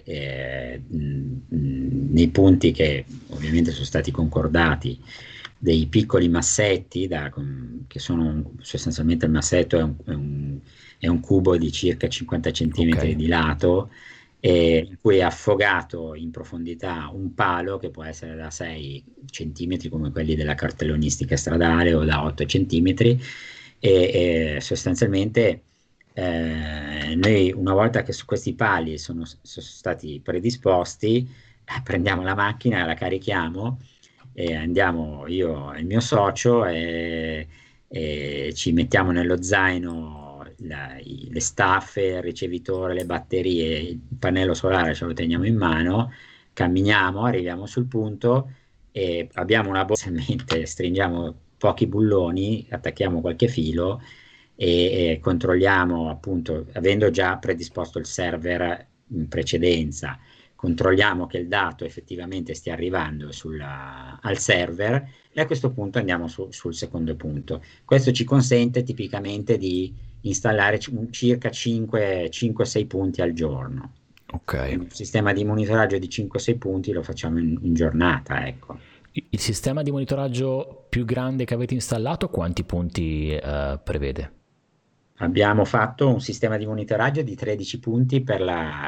nei punti che ovviamente sono stati concordati dei piccoli massetti che sono sostanzialmente, il massetto è un cubo di circa 50 centimetri di lato, in cui è affogato in profondità un palo che può essere da 6 centimetri come quelli della cartellonistica stradale o da 8 centimetri e sostanzialmente noi, una volta che su questi pali sono stati predisposti, prendiamo la macchina, la carichiamo e andiamo io e il mio socio e ci mettiamo nello zaino le staffe, il ricevitore, le batterie, il pannello solare ce lo teniamo in mano, camminiamo, arriviamo sul punto e abbiamo una borsa in mente, stringiamo pochi bulloni, attacchiamo qualche filo e controlliamo, appunto, avendo già predisposto il server in precedenza, controlliamo che il dato effettivamente stia arrivando al server e a questo punto andiamo sul secondo punto. Questo ci consente tipicamente di installare circa 5-6 punti al giorno. Ok. Un sistema di monitoraggio di 5-6 punti lo facciamo in giornata, ecco. Il sistema di monitoraggio più grande che avete installato quanti punti prevede? Abbiamo fatto un sistema di monitoraggio di 13 punti per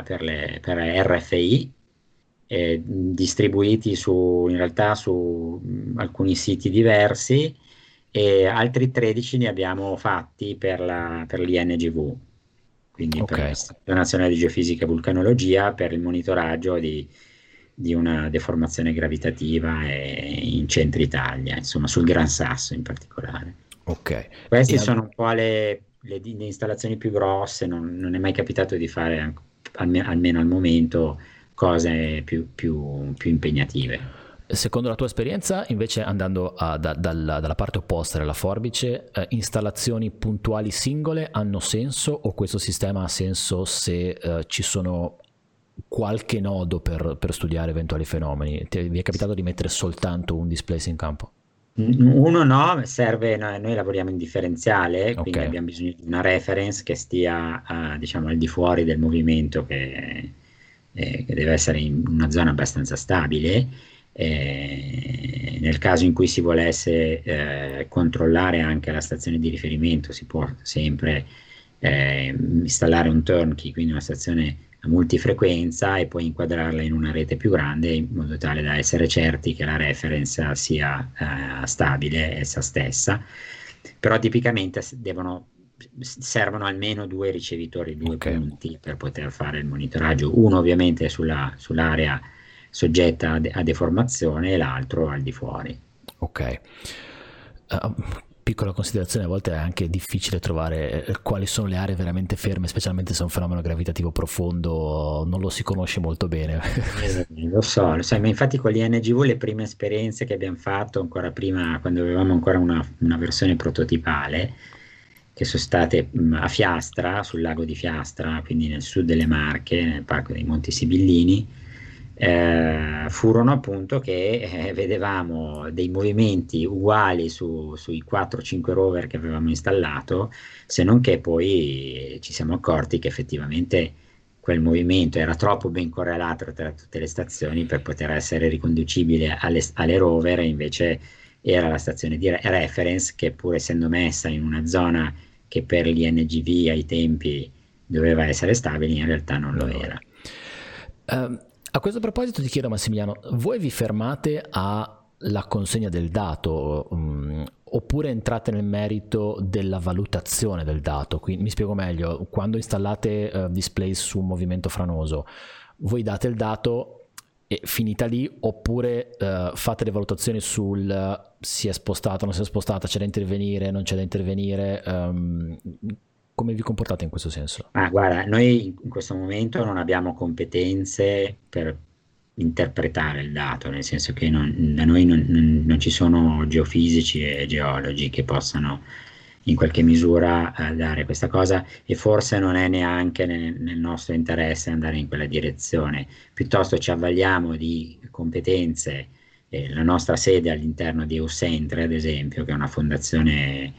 RFI, distribuiti in realtà su alcuni siti diversi, e altri 13 ne abbiamo fatti per l'INGV, quindi per Ok. l'Istituto Nazionale di Geofisica e Vulcanologia, per il monitoraggio di una deformazione gravitativa in centro Italia, insomma sul Gran Sasso in particolare. Ok. Queste sono un po' le installazioni più grosse, non è mai capitato di fare, almeno al momento, cose più impegnative. Secondo la tua esperienza, invece, andando dalla parte opposta della forbice, installazioni puntuali singole hanno senso, o questo sistema ha senso se ci sono qualche nodo per studiare eventuali fenomeni? Vi è capitato di mettere soltanto un displace in campo? Uno no, noi lavoriamo in differenziale, quindi Ok. abbiamo bisogno di una reference che stia diciamo al di fuori del movimento, che deve essere in una zona abbastanza stabile. Nel caso in cui si volesse controllare anche la stazione di riferimento, si può sempre installare un turnkey, quindi una stazione a multifrequenza, e poi inquadrarla in una rete più grande, in modo tale da essere certi che la reference sia stabile essa stessa. Però tipicamente servono almeno 2 ricevitori, 2 Ok. punti per poter fare il monitoraggio, uno ovviamente sull'area soggetta a deformazione e l'altro al di fuori. Ok. Piccola considerazione, a volte è anche difficile trovare quali sono le aree veramente ferme, specialmente se è un fenomeno gravitativo profondo, non lo si conosce molto bene. Lo so, ma infatti con l'INGV le prime esperienze che abbiamo fatto, ancora prima, quando avevamo ancora una versione prototipale, che sono state a Fiastra, sul lago di Fiastra, quindi nel sud delle Marche, nel Parco dei Monti Sibillini, furono appunto che vedevamo dei movimenti uguali sui 4-5 rover che avevamo installato, se non che poi ci siamo accorti che effettivamente quel movimento era troppo ben correlato tra tutte le stazioni per poter essere riconducibile alle rover, e invece era la stazione di reference, che pur essendo messa in una zona che per l'INGV ai tempi doveva essere stabile, in realtà non lo era. A questo proposito ti chiedo, Massimiliano, voi vi fermate alla consegna del dato, oppure entrate nel merito della valutazione del dato? Quindi, mi spiego meglio: quando installate display su un movimento franoso, voi date il dato e finita lì, oppure fate le valutazioni sul si è spostata, non si è spostata, c'è da intervenire, non c'è da intervenire? Come vi comportate in questo senso? Guarda, noi in questo momento non abbiamo competenze per interpretare il dato, nel senso che da noi non ci sono geofisici e geologi che possano in qualche misura dare questa cosa, e forse non è neanche nel nostro interesse andare in quella direzione. Piuttosto ci avvaliamo di competenze, la nostra sede all'interno di Eucentre, ad esempio, che è una fondazione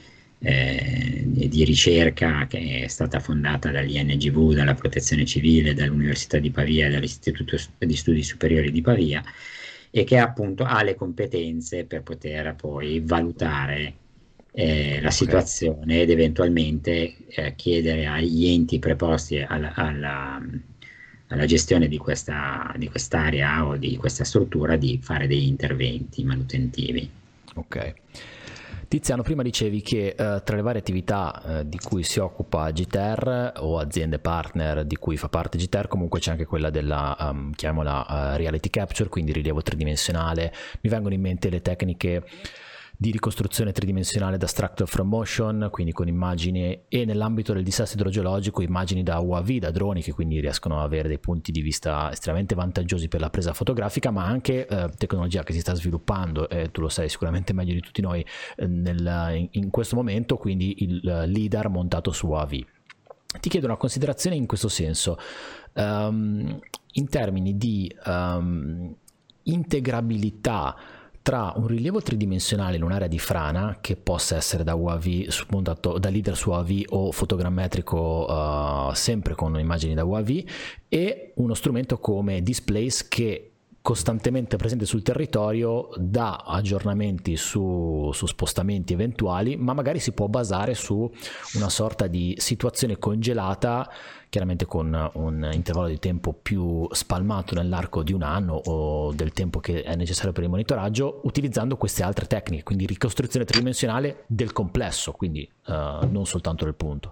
di ricerca che è stata fondata dall'INGV, dalla Protezione Civile, dall'Università di Pavia e dall'Istituto di Studi Superiori di Pavia, e che appunto ha le competenze per poter poi valutare la situazione ed eventualmente chiedere agli enti preposti alla gestione di quest'area o di questa struttura di fare degli interventi manutentivi. Ok. Tiziano, prima dicevi che tra le varie attività di cui si occupa GTER, o aziende partner di cui fa parte GTER, comunque c'è anche quella della, chiamiamola reality capture, quindi rilievo tridimensionale. Mi vengono in mente le tecniche di ricostruzione tridimensionale da structure from motion, quindi con immagini, e nell'ambito del dissesto idrogeologico immagini da UAV, da droni, che quindi riescono ad avere dei punti di vista estremamente vantaggiosi per la presa fotografica, ma anche tecnologia che si sta sviluppando, tu lo sai sicuramente meglio di tutti noi, in questo momento, quindi il LIDAR montato su UAV. Ti chiedo una considerazione in questo senso, in termini di integrabilità tra un rilievo tridimensionale in un'area di frana, che possa essere da UAV montato da leader su UAV o fotogrammetrico sempre con immagini da UAV, e uno strumento come Displace che costantemente presente sul territorio dà aggiornamenti su spostamenti eventuali, ma magari si può basare su una sorta di situazione congelata, chiaramente con un intervallo di tempo più spalmato nell'arco di un anno o del tempo che è necessario per il monitoraggio, utilizzando queste altre tecniche, quindi ricostruzione tridimensionale del complesso, quindi non soltanto del punto.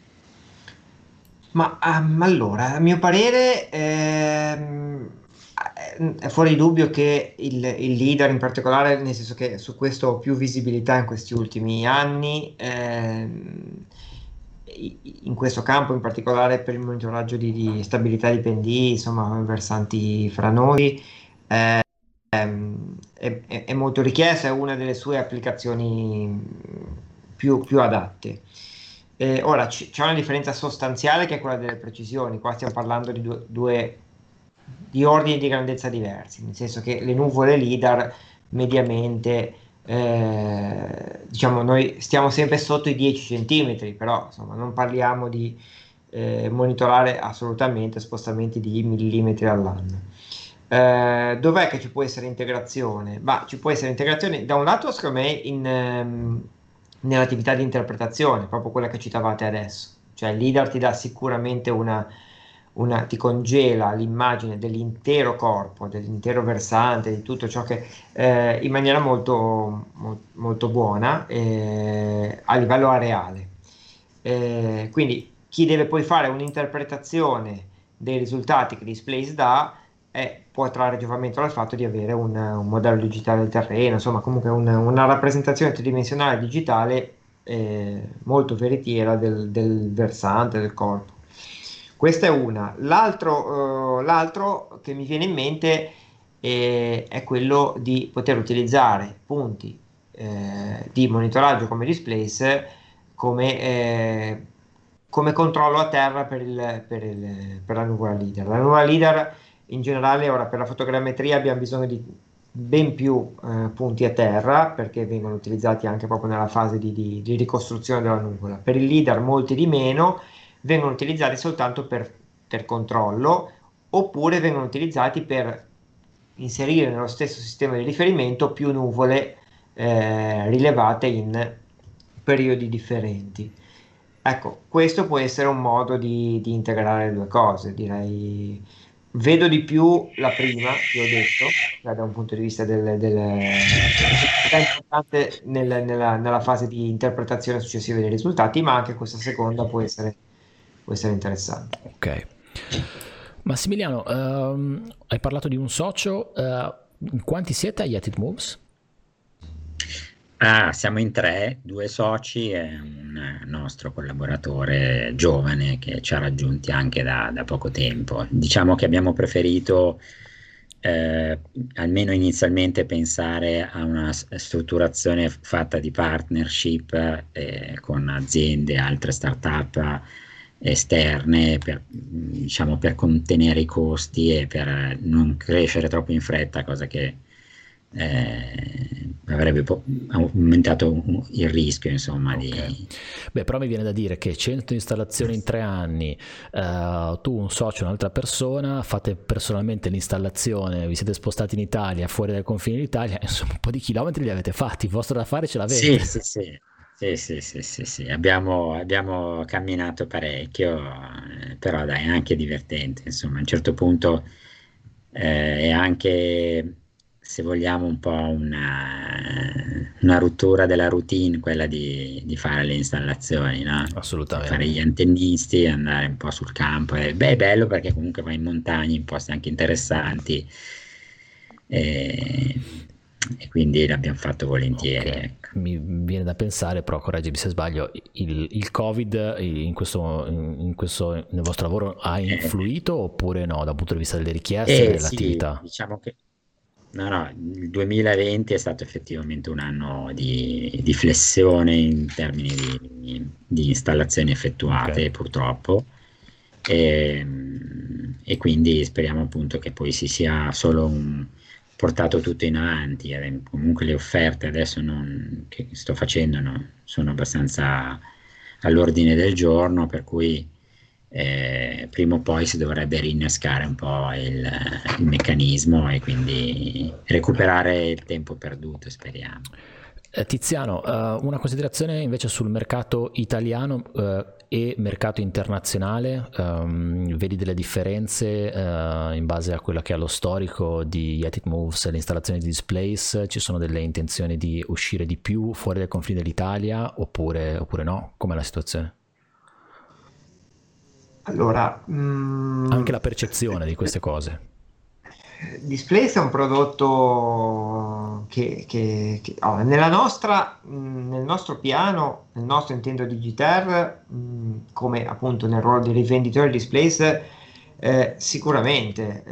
Ma allora, a mio parere, è fuori dubbio che il leader in particolare, nel senso che su questo ho più visibilità in questi ultimi anni, in questo campo, in particolare per il monitoraggio di stabilità di pendii, insomma, versanti franosi, è molto richiesta, è una delle sue applicazioni più adatte. Ora c'è una differenza sostanziale che è quella delle precisioni. Qua stiamo parlando di due di ordini di grandezza diversi, nel senso che le nuvole LIDAR mediamente, diciamo, noi stiamo sempre sotto i 10 cm, però insomma non parliamo di monitorare assolutamente spostamenti di millimetri all'anno. Dov'è che ci può essere integrazione? Ma ci può essere integrazione da un lato, secondo me, nell'attività di interpretazione, proprio quella che citavate adesso, cioè il LIDAR ti dà sicuramente ti congela l'immagine dell'intero corpo, dell'intero versante, di tutto ciò che in maniera molto, molto buona a livello areale. Quindi chi deve poi fare un'interpretazione dei risultati che Displace dà può trarre giovamento dal fatto di avere un modello digitale del terreno, insomma comunque una rappresentazione tridimensionale digitale molto veritiera del versante, del corpo. Questa è una. L'altro che mi viene in mente è quello di poter utilizzare punti di monitoraggio come Displace come controllo a terra per la nuvola LIDAR. La nuvola LIDAR in generale, ora per la fotogrammetria abbiamo bisogno di ben più punti a terra, perché vengono utilizzati anche proprio nella fase di ricostruzione della nuvola. Per il LIDAR molti di meno, vengono utilizzati soltanto per controllo, oppure vengono utilizzati per inserire nello stesso sistema di riferimento più nuvole rilevate in periodi differenti. Ecco, questo può essere un modo di integrare le due cose, direi. Vedo di più la prima, che ho detto, cioè da un punto di vista è importante nella fase di interpretazione successiva dei risultati, ma anche questa seconda può essere interessante. Ok. Massimiliano, hai parlato di un socio, quanti siete a Yeti Moves? Siamo in 3, 2 soci e un nostro collaboratore giovane che ci ha raggiunti anche da poco tempo. Diciamo che abbiamo preferito, almeno inizialmente, pensare a una strutturazione fatta di partnership con aziende, altre start-up esterne diciamo, per contenere i costi e per non crescere troppo in fretta, cosa che avrebbe aumentato il rischio, insomma. Okay. Beh, però mi viene da dire che 100 installazioni in 3 anni, tu, un socio, un'altra persona, fate personalmente l'installazione, vi siete spostati in Italia, fuori dai confini d'Italia, insomma un po' di chilometri li avete fatti, il vostro da fare ce l'avete. Sì. Abbiamo camminato parecchio, però dai, è anche divertente, insomma. A un certo punto è anche, se vogliamo, un po' una rottura della routine, quella di fare le installazioni, no? Assolutamente. Fare gli antennisti, andare un po' sul campo. È bello perché comunque vai in montagna, in posti anche interessanti. E quindi l'abbiamo fatto volentieri. Okay. Ecco. Mi viene da pensare, però correggimi se sbaglio, il Covid nel vostro lavoro ha influito oppure no, dal punto di vista delle richieste e dell'attività? Sì, diciamo che no, il 2020 è stato effettivamente un anno di flessione in termini di installazioni effettuate, okay, purtroppo. E quindi speriamo appunto che poi si sia solo portato tutto in avanti. Comunque le offerte adesso che sto facendo sono abbastanza all'ordine del giorno, per cui prima o poi si dovrebbe rinnescare un po' il meccanismo e quindi recuperare il tempo perduto, speriamo. Tiziano, una considerazione invece sul mercato italiano e mercato internazionale. Vedi delle differenze in base a quello che è lo storico di Yet It Moves e l'installazione di Displace? Ci sono delle intenzioni di uscire di più fuori dai confini dell'Italia oppure no? Com'è la situazione? Allora, Anche la percezione di queste cose. Displace è un prodotto nel nostro piano, nel nostro intento Digiter, come appunto nel ruolo di rivenditore Displace, sicuramente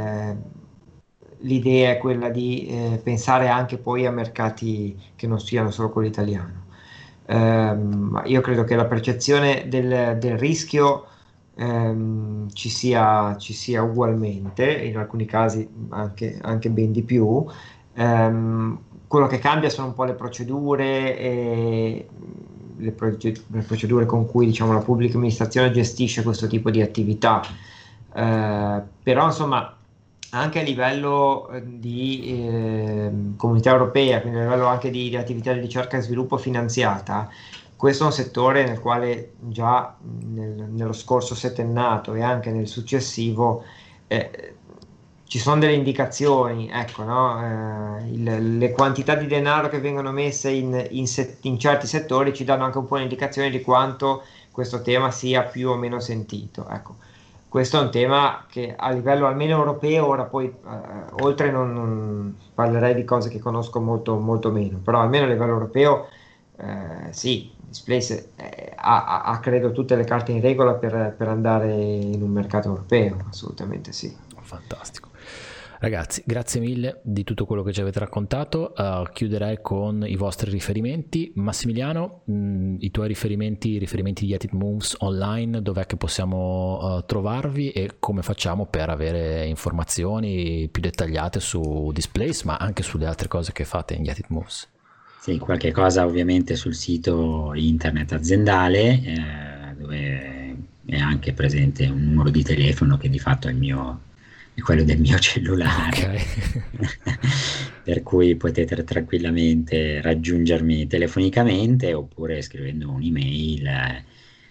l'idea è quella di pensare anche poi a mercati che non siano solo quello italiano. Ma io credo che la percezione del rischio ci sia ugualmente, in alcuni casi anche ben di più. Quello che cambia sono un po' le procedure e le procedure con cui, diciamo, la pubblica amministrazione gestisce questo tipo di attività. Però insomma anche a livello di comunità europea, quindi a livello anche di attività di ricerca e sviluppo finanziata, questo è un settore nel quale già nello scorso settennato e anche nel successivo ci sono delle indicazioni, ecco, no? Le quantità di denaro che vengono messe in certi settori ci danno anche un po' un'indicazione di quanto questo tema sia più o meno sentito, ecco. Questo è un tema che a livello almeno europeo, ora poi oltre non parlerei di cose che conosco molto, molto meno, però almeno a livello europeo sì, Displace ha credo tutte le carte in regola per andare in un mercato europeo, assolutamente sì. Fantastico. Ragazzi, grazie mille di tutto quello che ci avete raccontato. Chiuderei con i vostri riferimenti. Massimiliano, i tuoi riferimenti di Yet It Moves online, dov'è che possiamo trovarvi e come facciamo per avere informazioni più dettagliate su Displace, ma anche sulle altre cose che fate in Yet It Moves? Sì, qualche cosa ovviamente sul sito internet aziendale, dove è anche presente un numero di telefono che di fatto è quello del mio cellulare, Okay. per cui potete tranquillamente raggiungermi telefonicamente oppure scrivendo un'email.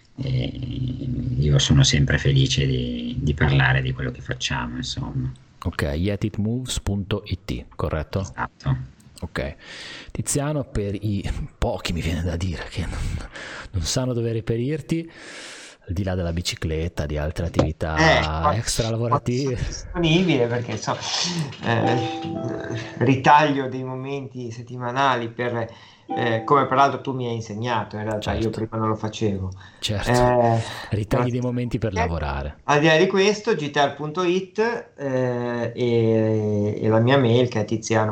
Io sono sempre felice di parlare di quello che facciamo, insomma. Ok, yetitmoves.it, corretto? Esatto. Ok, Tiziano, per i pochi mi viene da dire che non sanno dove reperirti, al di là della bicicletta, di altre attività extra lavorative. Disponibile perché insomma, ritaglio dei momenti settimanali come peraltro tu mi hai insegnato, in realtà io Certo. prima non lo facevo. Certo, ritagli dei momenti per lavorare. Al di là di questo, gtr.it e la mia mail che è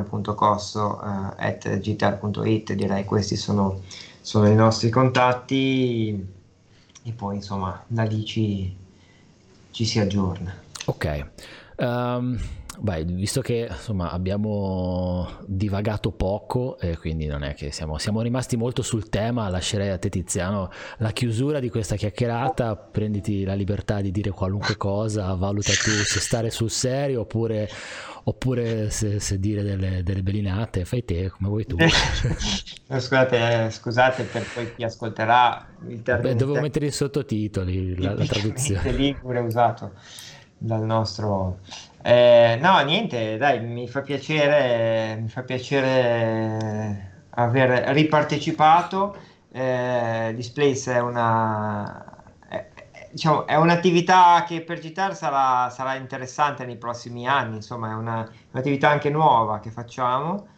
tiziano.cosso@gtr.it, direi questi sono i nostri contatti e poi insomma da lì ci si aggiorna. Ok, beh, visto che insomma abbiamo divagato poco e quindi non è che siamo rimasti molto sul tema, lascerei a te Tiziano la chiusura di questa chiacchierata. Prenditi la libertà di dire qualunque cosa, valuta tu se stare sul serio oppure se dire delle belinate, fai te come vuoi tu. Scusate per poi chi ascolterà il termine. Beh, dovevo mettere i sottotitoli, la traduzione. Ligure usato dal nostro. No, niente, dai, mi fa piacere aver ripartecipato. Displace diciamo, è un'attività che per Gitar sarà interessante nei prossimi anni, insomma, è un'attività anche nuova che facciamo.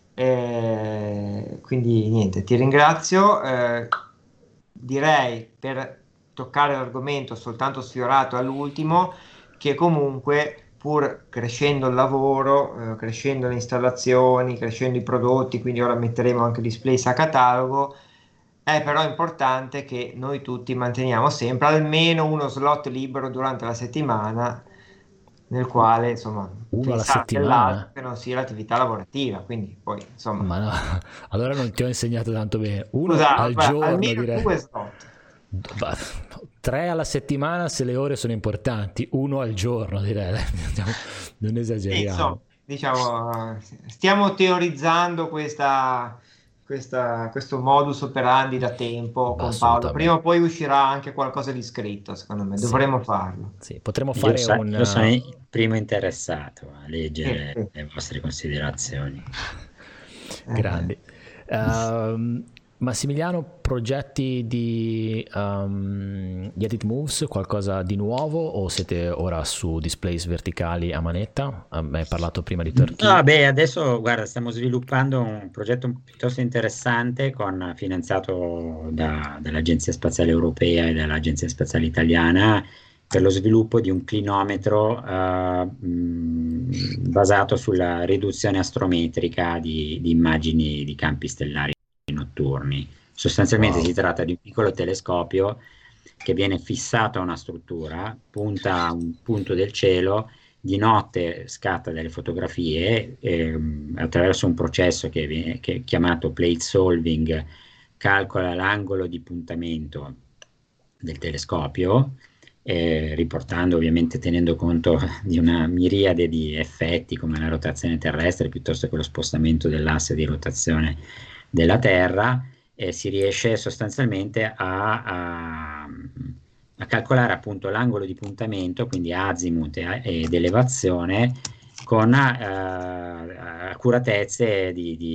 Quindi niente, ti ringrazio. Direi, per toccare l'argomento soltanto sfiorato all'ultimo, che comunque pur crescendo il lavoro, crescendo le installazioni, crescendo i prodotti, quindi ora metteremo anche Displace a catalogo, è però importante che noi tutti manteniamo sempre almeno uno slot libero durante la settimana nel quale insomma Uno alla pensare settimana? dell'altro che non sia l'attività lavorativa, quindi poi insomma Ma no, allora non ti ho insegnato tanto bene. Uno scusa, al guarda, giorno, almeno direi. 2 slot. Bah, 3 alla settimana se le ore sono importanti, uno al giorno, direi. Non E, esageriamo. insomma, diciamo, stiamo teorizzando questo modus operandi da tempo Ma con Paolo. Prima assolutamente. o poi uscirà anche qualcosa di scritto, secondo me, Sì, dovremmo farlo. sì. Potremmo Io, fare io sono un... il primo interessato a Sì, leggere sì. le vostre considerazioni. Eh, Grandi. Massimiliano, progetti di Edit Moves, qualcosa di nuovo o siete ora su displays verticali a manetta? Mi hai parlato prima di Turkey. No, beh, adesso guarda, stiamo sviluppando un progetto piuttosto interessante finanziato dall'Agenzia Spaziale Europea e dall'Agenzia Spaziale Italiana per lo sviluppo di un clinometro basato sulla riduzione astrometrica di immagini di campi stellari notturni. Sostanzialmente Wow, si tratta di un piccolo telescopio che viene fissato a una struttura, punta a un punto del cielo, di notte scatta delle fotografie attraverso un processo che è chiamato plate solving, calcola l'angolo di puntamento del telescopio, riportando ovviamente tenendo conto di una miriade di effetti come la rotazione terrestre piuttosto che lo spostamento dell'asse di rotazione della Terra, si riesce sostanzialmente a calcolare appunto l'angolo di puntamento, quindi azimuth ed elevazione, con accuratezze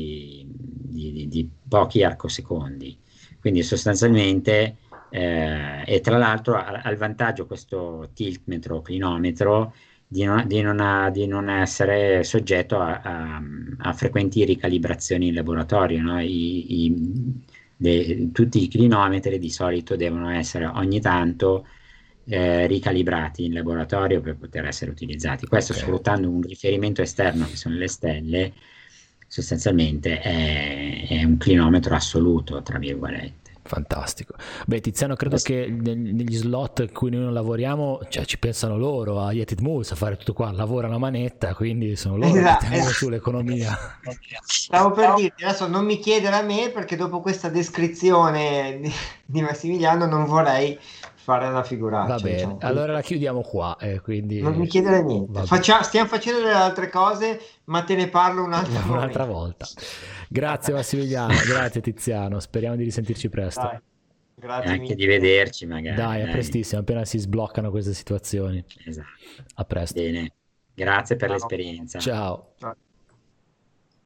di pochi arcosecondi. Quindi sostanzialmente, e tra l'altro ha il vantaggio questo tiltmetro o clinometro di non essere soggetto a frequenti ricalibrazioni in laboratorio, no? Tutti i clinometri di solito devono essere ogni tanto ricalibrati in laboratorio per poter essere utilizzati. Questo ok. sfruttando un riferimento esterno che sono le stelle, sostanzialmente è un clinometro assoluto, tra virgolette. Fantastico. Beh, Tiziano, credo che negli slot in cui noi non lavoriamo, cioè ci pensano loro a Yeti Moves a fare tutto qua, lavorano a manetta, quindi sono loro che esatto, tengono esatto. su l'economia. Stavo per dirti, adesso non mi chiedere a me perché dopo questa descrizione di Massimiliano non vorrei fare una Va figuraccia, bene, diciamo. allora la chiudiamo qua, Non mi quindi chiedere niente. va bene. Stiamo facendo delle altre cose, ma te ne parlo un altro Un'altra momento. volta. Grazie Massimiliano, grazie Tiziano, speriamo di risentirci presto. Dai, E grazie anche mille. di vederci magari, Dai, a dai. prestissimo, appena si sbloccano queste situazioni. Esatto. A presto. Bene, grazie per Ciao. l'esperienza. Ciao. Ciao.